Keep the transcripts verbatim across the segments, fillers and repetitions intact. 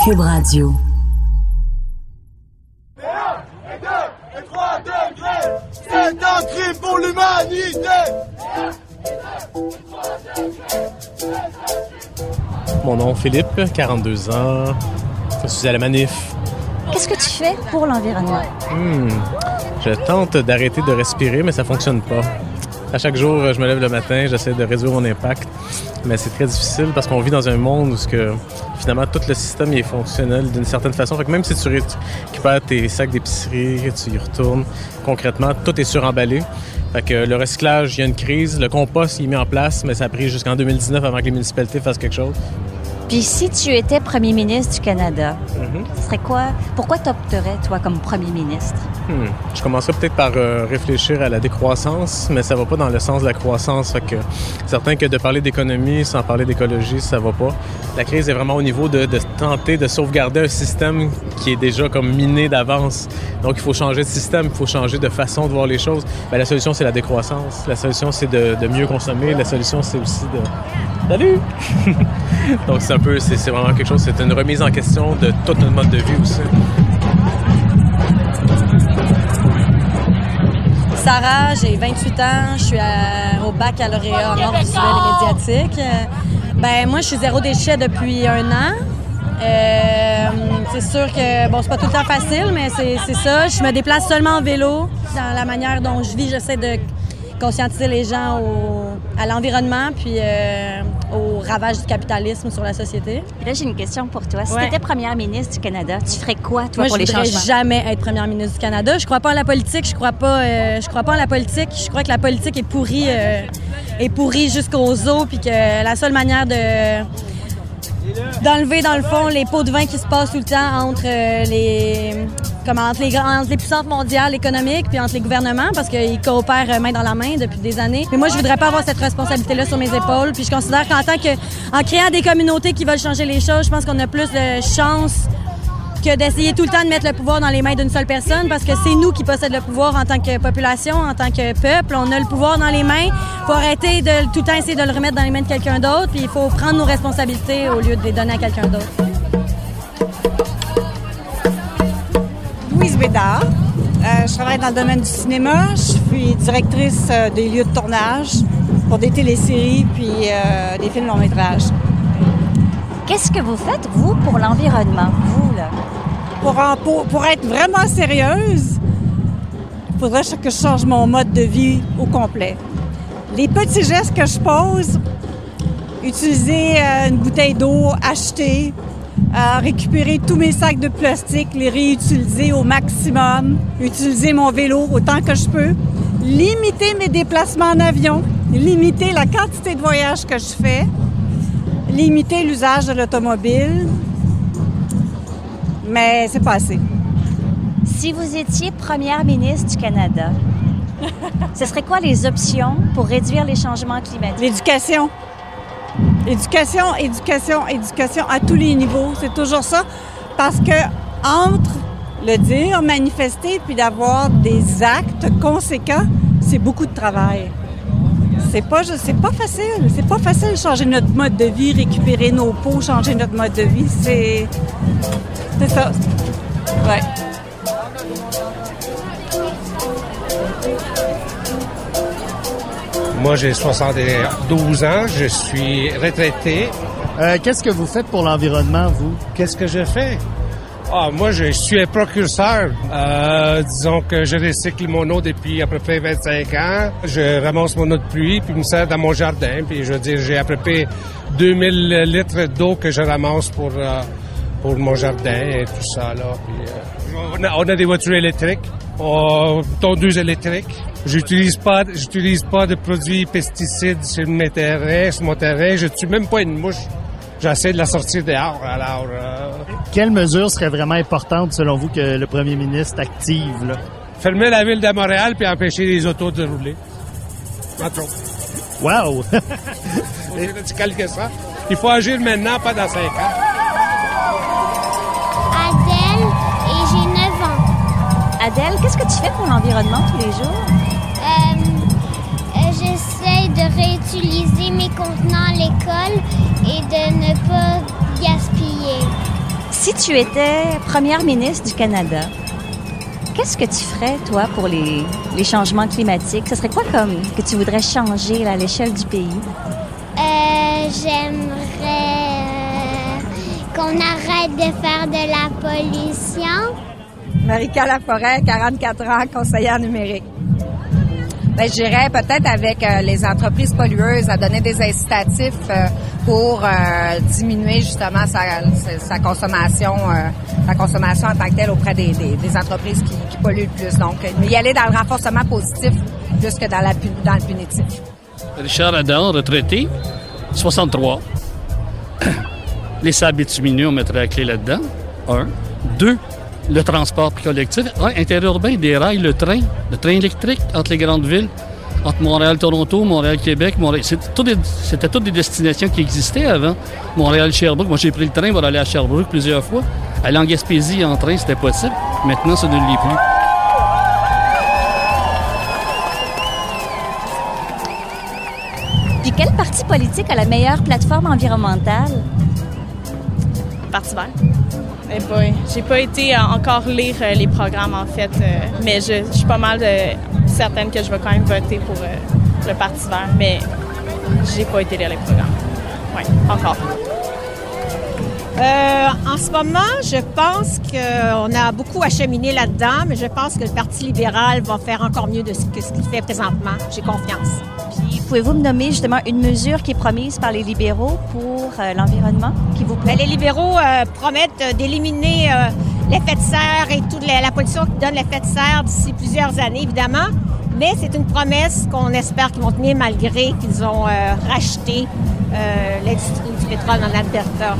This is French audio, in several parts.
Cube Radio. Et un, et deux, et trois degrés, c'est un crime pour l'humanité. Mon nom est Philippe, quarante-deux ans, je suis à la manif. Qu'est-ce que tu fais pour l'environnement? Hmm. Je tente d'arrêter de respirer, mais ça fonctionne pas. À chaque jour, je me lève le matin, j'essaie de réduire mon impact, mais c'est très difficile parce qu'on vit dans un monde où ce que, finalement tout le système est fonctionnel d'une certaine façon. Fait que même si tu récupères tes sacs d'épicerie, tu y retournes, concrètement, tout est suremballé. Fait que le recyclage, il y a une crise, le compost il est mis en place, mais ça a pris jusqu'en deux mille dix-neuf avant que les municipalités fassent quelque chose. Puis si tu étais premier ministre du Canada, Mm-hmm. ce serait quoi? Pourquoi t'opterais, toi, comme premier ministre? Hmm. Je commencerais peut-être par euh, réfléchir à la décroissance, mais ça va pas dans le sens de la croissance. Fait que certain que de parler d'économie sans parler d'écologie, ça va pas. La crise est vraiment au niveau de, de tenter de sauvegarder un système qui est déjà comme miné d'avance. Donc il faut changer de système, il faut changer de façon de voir les choses. Bien, la solution, c'est la décroissance. La solution, c'est de, de mieux consommer. La solution, c'est aussi de... Salut! Donc c'est un peu, c'est, c'est vraiment quelque chose, c'est une remise en question de tout notre mode de vie aussi. Sarah, j'ai vingt-huit ans, je suis à, au baccalauréat en arts visuels et médiatiques. Ben moi, je suis zéro déchet depuis un an. Euh, c'est sûr que, bon, c'est pas tout le temps facile, mais c'est, c'est ça. Je me déplace seulement en vélo. Dans la manière dont je vis, j'essaie de conscientiser les gens au, à l'environnement puis euh, au ravage du capitalisme sur la société. Puis là, j'ai une question pour toi. Si Ouais. tu étais première ministre du Canada, tu ferais quoi, toi, Moi, pour je les voudrais changements? jamais être première ministre du Canada. Je crois pas à la politique. Je crois pas. Euh, je crois pas à la politique. Je crois que la politique est pourrie, euh, est pourrie jusqu'aux os, puis que la seule manière de d'enlever dans le fond les pots de vin qui se passent tout le temps entre euh, les comment entre les entre les puissances mondiales économiques puis entre les gouvernements parce qu'ils coopèrent main dans la main depuis des années. Mais moi, je voudrais pas avoir cette responsabilité-là sur mes épaules. Puis je considère qu'en tant que en créant des communautés qui veulent changer les choses, je pense qu'on a plus de chance que d'essayer tout le temps de mettre le pouvoir dans les mains d'une seule personne parce que c'est nous qui possèdent le pouvoir en tant que population, en tant que peuple. On a le pouvoir dans les mains. Il faut arrêter de tout le temps essayer de le remettre dans les mains de quelqu'un d'autre puis il faut prendre nos responsabilités au lieu de les donner à quelqu'un d'autre. Louise Bédard. Euh, je travaille dans le domaine du cinéma. Je suis directrice euh, des lieux de tournage pour des téléséries puis euh, des films long-métrages. Qu'est-ce que vous faites, vous, pour l'environnement, vous, là? Pour, en- pour, pour être vraiment sérieuse, il faudrait que je change mon mode de vie au complet. Les petits gestes que je pose, utiliser euh, une bouteille d'eau achetée, euh, récupérer tous mes sacs de plastique, les réutiliser au maximum, utiliser mon vélo autant que je peux, limiter mes déplacements en avion, limiter la quantité de voyages que je fais, limiter l'usage de l'automobile, mais c'est pas assez. Si vous étiez première ministre du Canada, ce serait quoi les options pour réduire les changements climatiques? L'éducation. Éducation, éducation, éducation à tous les niveaux. C'est toujours ça. Parce que entre le dire, manifester, puis d'avoir des actes conséquents, c'est beaucoup de travail. C'est pas, c'est pas facile. C'est pas facile de changer notre mode de vie, récupérer nos pots, changer notre mode de vie. C'est, c'est ça. Ouais. Moi, j'ai soixante-douze ans, je suis retraité. Euh, qu'est-ce que vous faites pour l'environnement, vous? Qu'est-ce que je fais? Ah, moi, je suis un précurseur. Euh, disons que je recycle mon eau depuis à peu près vingt-cinq ans. Je ramasse mon eau de pluie, puis je me sers dans mon jardin. Puis je veux dire, j'ai à peu près deux mille litres d'eau que je ramasse pour, euh, pour mon jardin et tout ça, là. Puis, euh, on, a, on a des voitures électriques, on, tondeuses électriques. J'utilise pas, j'utilise pas de produits pesticides sur mes terrains, sur mon terrain. Je tue même pas une mouche. J'essaie de la sortir dehors. Alors, euh... Quelle mesure serait vraiment importante, selon vous, que le premier ministre active, là? Fermer la ville de Montréal puis empêcher les autos de rouler. Pas trop. Wow! C'est radical que ça. Il faut agir maintenant, pas dans cinq ans. Adèle et j'ai neuf ans. Adèle, qu'est-ce que tu fais pour l'environnement tous les jours? Euh, euh, j'essaie de réutiliser mes contenants à l'école et de ne pas gaspiller. Si tu étais première ministre du Canada, qu'est-ce que tu ferais, toi, pour les, les changements climatiques? Ce serait quoi comme que tu voudrais changer là, à l'échelle du pays? Euh, j'aimerais euh, qu'on arrête de faire de la pollution. Marika Laforêt, quarante-quatre ans, conseillère numérique. Bien, je dirais peut-être avec euh, les entreprises pollueuses à donner des incitatifs euh, pour euh, diminuer justement sa, sa consommation euh, sa consommation en tant que telle auprès des, des, des entreprises qui, qui polluent le plus. Donc, y aller dans le renforcement positif plus que dans, la, dans le punitif. Richard Adam, retraité, soixante-trois. Les sables bitumineux, on mettrait la clé là-dedans. Un. Deux. Le transport collectif. Un, interurbain, des rails, le train, le train électrique entre les grandes villes, entre Montréal-Toronto, Montréal-Québec. Montréal... C'était, tout des... C'était toutes des destinations qui existaient avant. Montréal-Sherbrooke. Moi, j'ai pris le train pour aller à Sherbrooke plusieurs fois. Aller en Gaspésie en train, c'était possible. Maintenant, ça ne l'est plus. Puis quel parti politique a la meilleure plateforme environnementale? Parti vert. Eh boy, j'ai pas été encore lire euh, les programmes, en fait, euh, mais je, je suis pas mal de, certaine que je vais quand même voter pour euh, le Parti vert, mais j'ai pas été lire les programmes. Oui, encore. Euh, en ce moment, je pense qu'on a beaucoup acheminé là-dedans, mais je pense que le Parti libéral va faire encore mieux de ce que ce qu'il fait présentement. J'ai confiance. Puis, pouvez-vous me nommer justement une mesure qui est promise par les libéraux pour euh, l'environnement, qui vous plaît? Bien, les libéraux euh, promettent d'éliminer euh, l'effet de serre et toute la, la pollution qui donne l'effet de serre d'ici plusieurs années, évidemment. Mais c'est une promesse qu'on espère qu'ils vont tenir malgré qu'ils ont euh, racheté euh, l'industrie du pétrole en Alberta.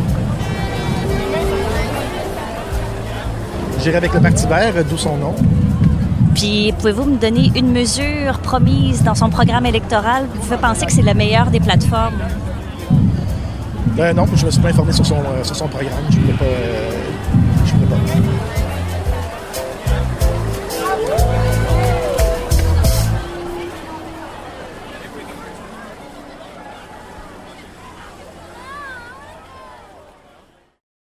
J'irai avec le Parti vert, d'où son nom. Puis, pouvez-vous me donner une mesure promise dans son programme électoral qui vous fait penser que c'est la meilleure des plateformes? Euh, non, je me suis pas informé sur son, euh, sur son programme. Je ne peux pas... Euh, je peux pas.